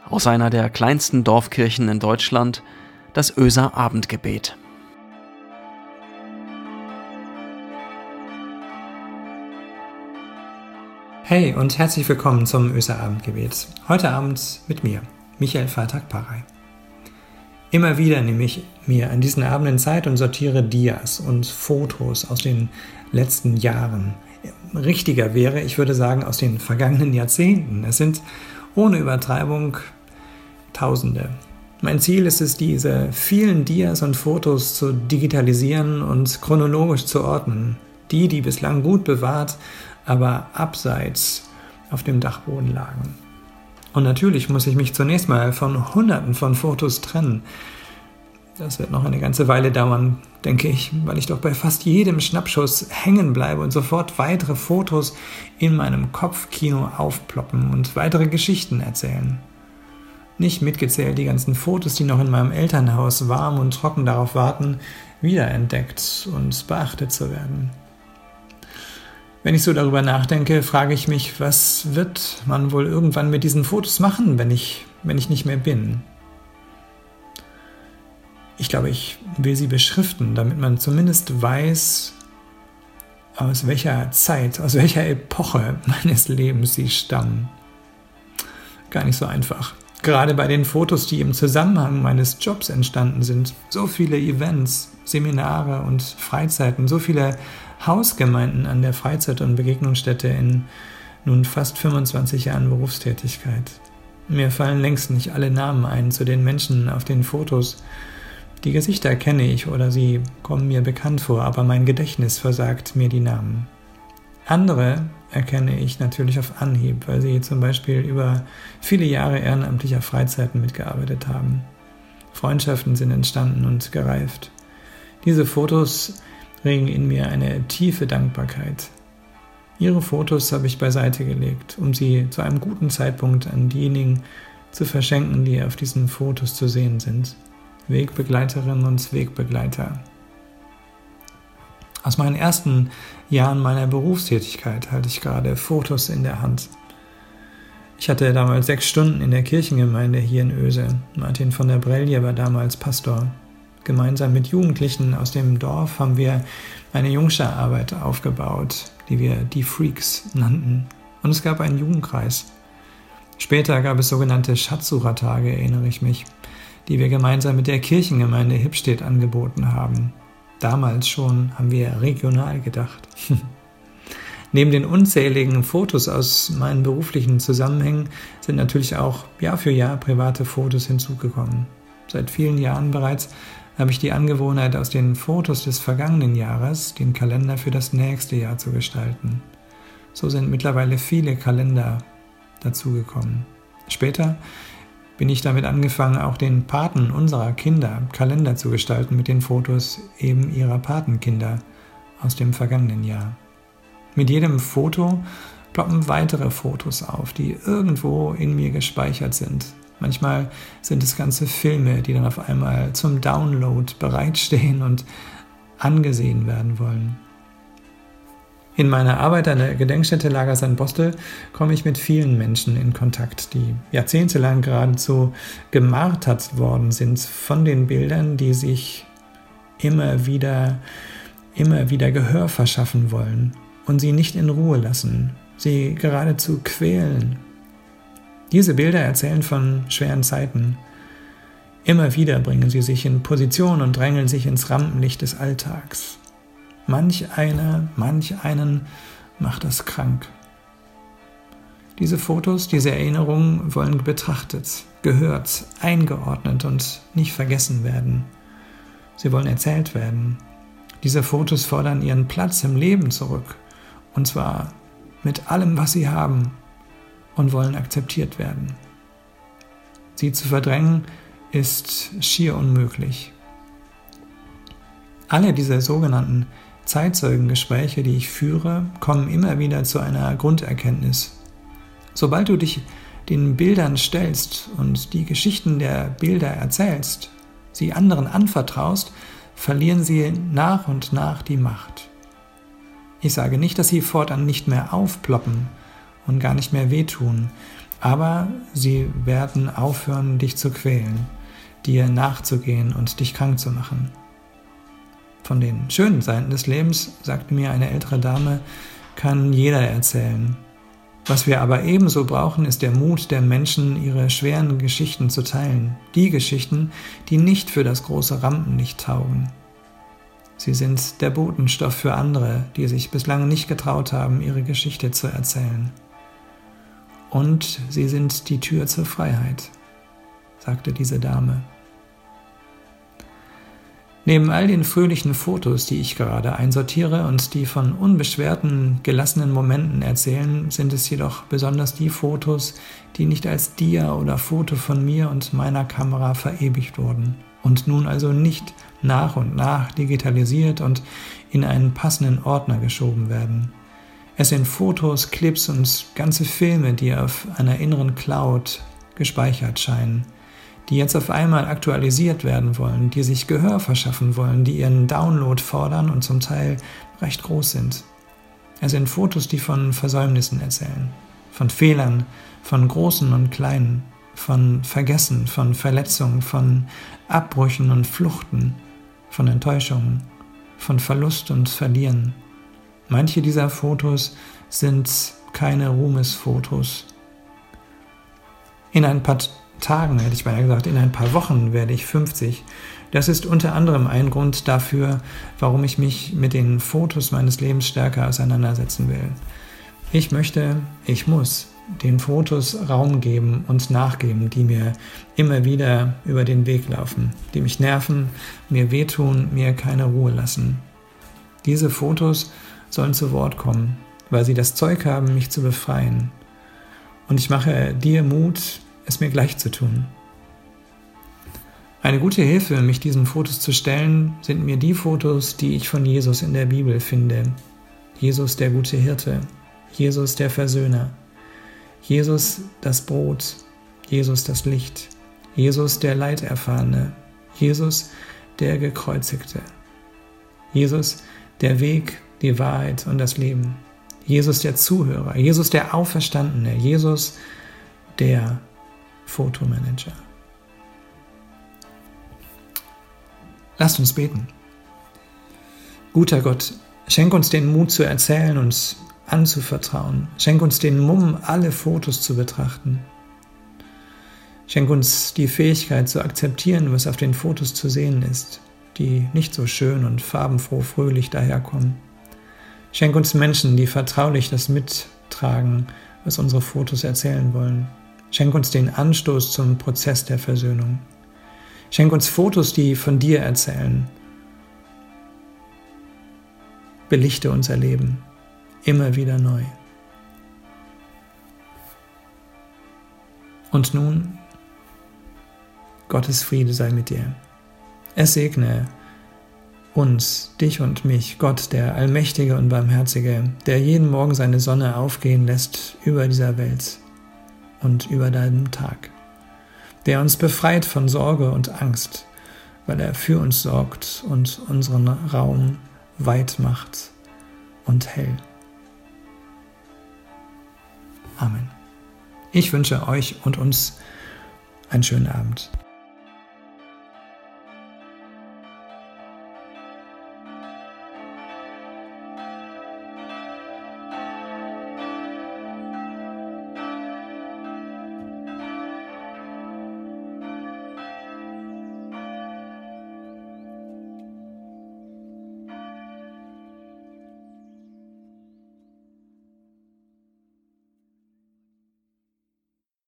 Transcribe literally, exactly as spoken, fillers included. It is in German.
aus einer der kleinsten Dorfkirchen in Deutschland, das Oeser Abendgebet. Hey und herzlich willkommen zum Oeser Abendgebet. Heute Abend mit mir, Michael Freitag-Parey. Immer wieder nehme ich mir an diesen Abenden Zeit und sortiere Dias und Fotos aus den letzten Jahren. Richtiger wäre, ich würde sagen, aus den vergangenen Jahrzehnten. Es sind ohne Übertreibung Tausende. Mein Ziel ist es, diese vielen Dias und Fotos zu digitalisieren und chronologisch zu ordnen. Die, die bislang gut bewahrt, aber abseits auf dem Dachboden lagen. Und natürlich muss ich mich zunächst mal von Hunderten von Fotos trennen. Das wird noch eine ganze Weile dauern, denke ich, weil ich doch bei fast jedem Schnappschuss hängen bleibe und sofort weitere Fotos in meinem Kopfkino aufploppen und weitere Geschichten erzählen. Nicht mitgezählt die ganzen Fotos, die noch in meinem Elternhaus warm und trocken darauf warten, wiederentdeckt und beachtet zu werden. Wenn ich so darüber nachdenke, frage ich mich, was wird man wohl irgendwann mit diesen Fotos machen, wenn ich, wenn ich nicht mehr bin? Ich glaube, ich will sie beschriften, damit man zumindest weiß, aus welcher Zeit, aus welcher Epoche meines Lebens sie stammen. Gar nicht so einfach. Gerade bei den Fotos, die im Zusammenhang meines Jobs entstanden sind. So viele Events, Seminare und Freizeiten, so viele Hausgemeinden an der Freizeit- und Begegnungsstätte in nun fast fünfundzwanzig Jahren Berufstätigkeit. Mir fallen längst nicht alle Namen ein zu den Menschen auf den Fotos. Die Gesichter kenne ich oder sie kommen mir bekannt vor, aber mein Gedächtnis versagt mir die Namen. Andere erkenne ich natürlich auf Anhieb, weil sie zum Beispiel über viele Jahre ehrenamtlicher Freizeiten mitgearbeitet haben. Freundschaften sind entstanden und gereift. Diese Fotos regen in mir eine tiefe Dankbarkeit. Ihre Fotos habe ich beiseite gelegt, um sie zu einem guten Zeitpunkt an diejenigen zu verschenken, die auf diesen Fotos zu sehen sind. Wegbegleiterinnen und Wegbegleiter. Aus meinen ersten Jahren meiner Berufstätigkeit halte ich gerade Fotos in der Hand. Ich hatte damals sechs Stunden in der Kirchengemeinde hier in Oese. Martin von der Brelje war damals Pastor. Gemeinsam mit Jugendlichen aus dem Dorf haben wir eine Jungschararbeit aufgebaut, die wir die Freaks nannten. Und es gab einen Jugendkreis. Später gab es sogenannte Schatzsuchertage, erinnere ich mich, die wir gemeinsam mit der Kirchengemeinde Hippstedt angeboten haben. Damals schon haben wir regional gedacht. Neben den unzähligen Fotos aus meinen beruflichen Zusammenhängen sind natürlich auch Jahr für Jahr private Fotos hinzugekommen. Seit vielen Jahren bereits habe ich die Angewohnheit, aus den Fotos des vergangenen Jahres den Kalender für das nächste Jahr zu gestalten. So sind mittlerweile viele Kalender dazugekommen. Später bin ich damit angefangen, auch den Paten unserer Kinder Kalender zu gestalten mit den Fotos eben ihrer Patenkinder aus dem vergangenen Jahr. Mit jedem Foto ploppen weitere Fotos auf, die irgendwo in mir gespeichert sind. Manchmal sind es ganze Filme, die dann auf einmal zum Download bereitstehen und angesehen werden wollen. In meiner Arbeit an der Gedenkstätte Lager Sankt Bostel komme ich mit vielen Menschen in Kontakt, die jahrzehntelang geradezu gemartert worden sind von den Bildern, die sich immer wieder, immer wieder Gehör verschaffen wollen und sie nicht in Ruhe lassen, sie geradezu quälen. Diese Bilder erzählen von schweren Zeiten. Immer wieder bringen sie sich in Position und drängeln sich ins Rampenlicht des Alltags. Manch einer, manch einen macht das krank. Diese Fotos, diese Erinnerungen wollen betrachtet, gehört, eingeordnet und nicht vergessen werden. Sie wollen erzählt werden. Diese Fotos fordern ihren Platz im Leben zurück, und zwar mit allem, was sie haben, und wollen akzeptiert werden. Sie zu verdrängen, ist schier unmöglich. Alle diese sogenannten Zeitzeugengespräche, die ich führe, kommen immer wieder zu einer Grunderkenntnis. Sobald du dich den Bildern stellst und die Geschichten der Bilder erzählst, sie anderen anvertraust, verlieren sie nach und nach die Macht. Ich sage nicht, dass sie fortan nicht mehr aufploppen und gar nicht mehr wehtun, Aber sie werden aufhören, dich zu quälen, dir nachzugehen und dich krank zu machen. Von den schönen Seiten des Lebens, sagte mir eine ältere Dame, kann jeder erzählen. Was wir aber ebenso brauchen, ist der Mut der Menschen, ihre schweren Geschichten zu teilen. Die Geschichten, die nicht für das große Rampenlicht taugen. Sie sind der Botenstoff für andere, die sich bislang nicht getraut haben, ihre Geschichte zu erzählen. Und sie sind die Tür zur Freiheit, sagte diese Dame. Neben all den fröhlichen Fotos, die ich gerade einsortiere und die von unbeschwerten, gelassenen Momenten erzählen, sind es jedoch besonders die Fotos, die nicht als Dia oder Foto von mir und meiner Kamera verewigt wurden und nun also nicht nach und nach digitalisiert und in einen passenden Ordner geschoben werden. Es sind Fotos, Clips und ganze Filme, die auf einer inneren Cloud gespeichert scheinen, die jetzt auf einmal aktualisiert werden wollen, die sich Gehör verschaffen wollen, die ihren Download fordern und zum Teil recht groß sind. Es sind Fotos, die von Versäumnissen erzählen, von Fehlern, von großen und kleinen, von Vergessen, von Verletzungen, von Abbrüchen und Fluchten, von Enttäuschungen, von Verlust und Verlieren. Manche dieser Fotos sind keine Ruhmesfotos. In ein paar Tagen, hätte ich beinahe gesagt, in ein paar Wochen werde ich fünfzig. Das ist unter anderem ein Grund dafür, warum ich mich mit den Fotos meines Lebens stärker auseinandersetzen will. Ich möchte, ich muss den Fotos Raum geben und nachgeben, die mir immer wieder über den Weg laufen, die mich nerven, mir wehtun, mir keine Ruhe lassen. Diese Fotos sollen zu Wort kommen, weil sie das Zeug haben, mich zu befreien. Und ich mache dir Mut, es mir gleich zu tun. Eine gute Hilfe, mich diesen Fotos zu stellen, sind mir die Fotos, die ich von Jesus in der Bibel finde. Jesus der gute Hirte, Jesus der Versöhner, Jesus das Brot, Jesus das Licht, Jesus der Leiterfahrene, Jesus der Gekreuzigte, Jesus der Weg, die Wahrheit und das Leben, Jesus der Zuhörer, Jesus der Auferstandene, Jesus der Fotomanager. Lasst uns beten. Guter Gott, schenk uns den Mut zu erzählen und anzuvertrauen. Schenk uns den Mumm, alle Fotos zu betrachten. Schenk uns die Fähigkeit zu akzeptieren, was auf den Fotos zu sehen ist, die nicht so schön und farbenfroh fröhlich daherkommen. Schenk uns Menschen, die vertraulich das mittragen, was unsere Fotos erzählen wollen. Schenk uns den Anstoß zum Prozess der Versöhnung. Schenk uns Fotos, die von dir erzählen. Belichte unser Leben immer wieder neu. Und nun, Gottes Friede sei mit dir. Es segne uns, dich und mich, Gott, der Allmächtige und Barmherzige, der jeden Morgen seine Sonne aufgehen lässt über dieser Welt und über deinem Tag, der uns befreit von Sorge und Angst, weil er für uns sorgt und unseren Raum weit macht und hell. Amen. Ich wünsche euch und uns einen schönen Abend.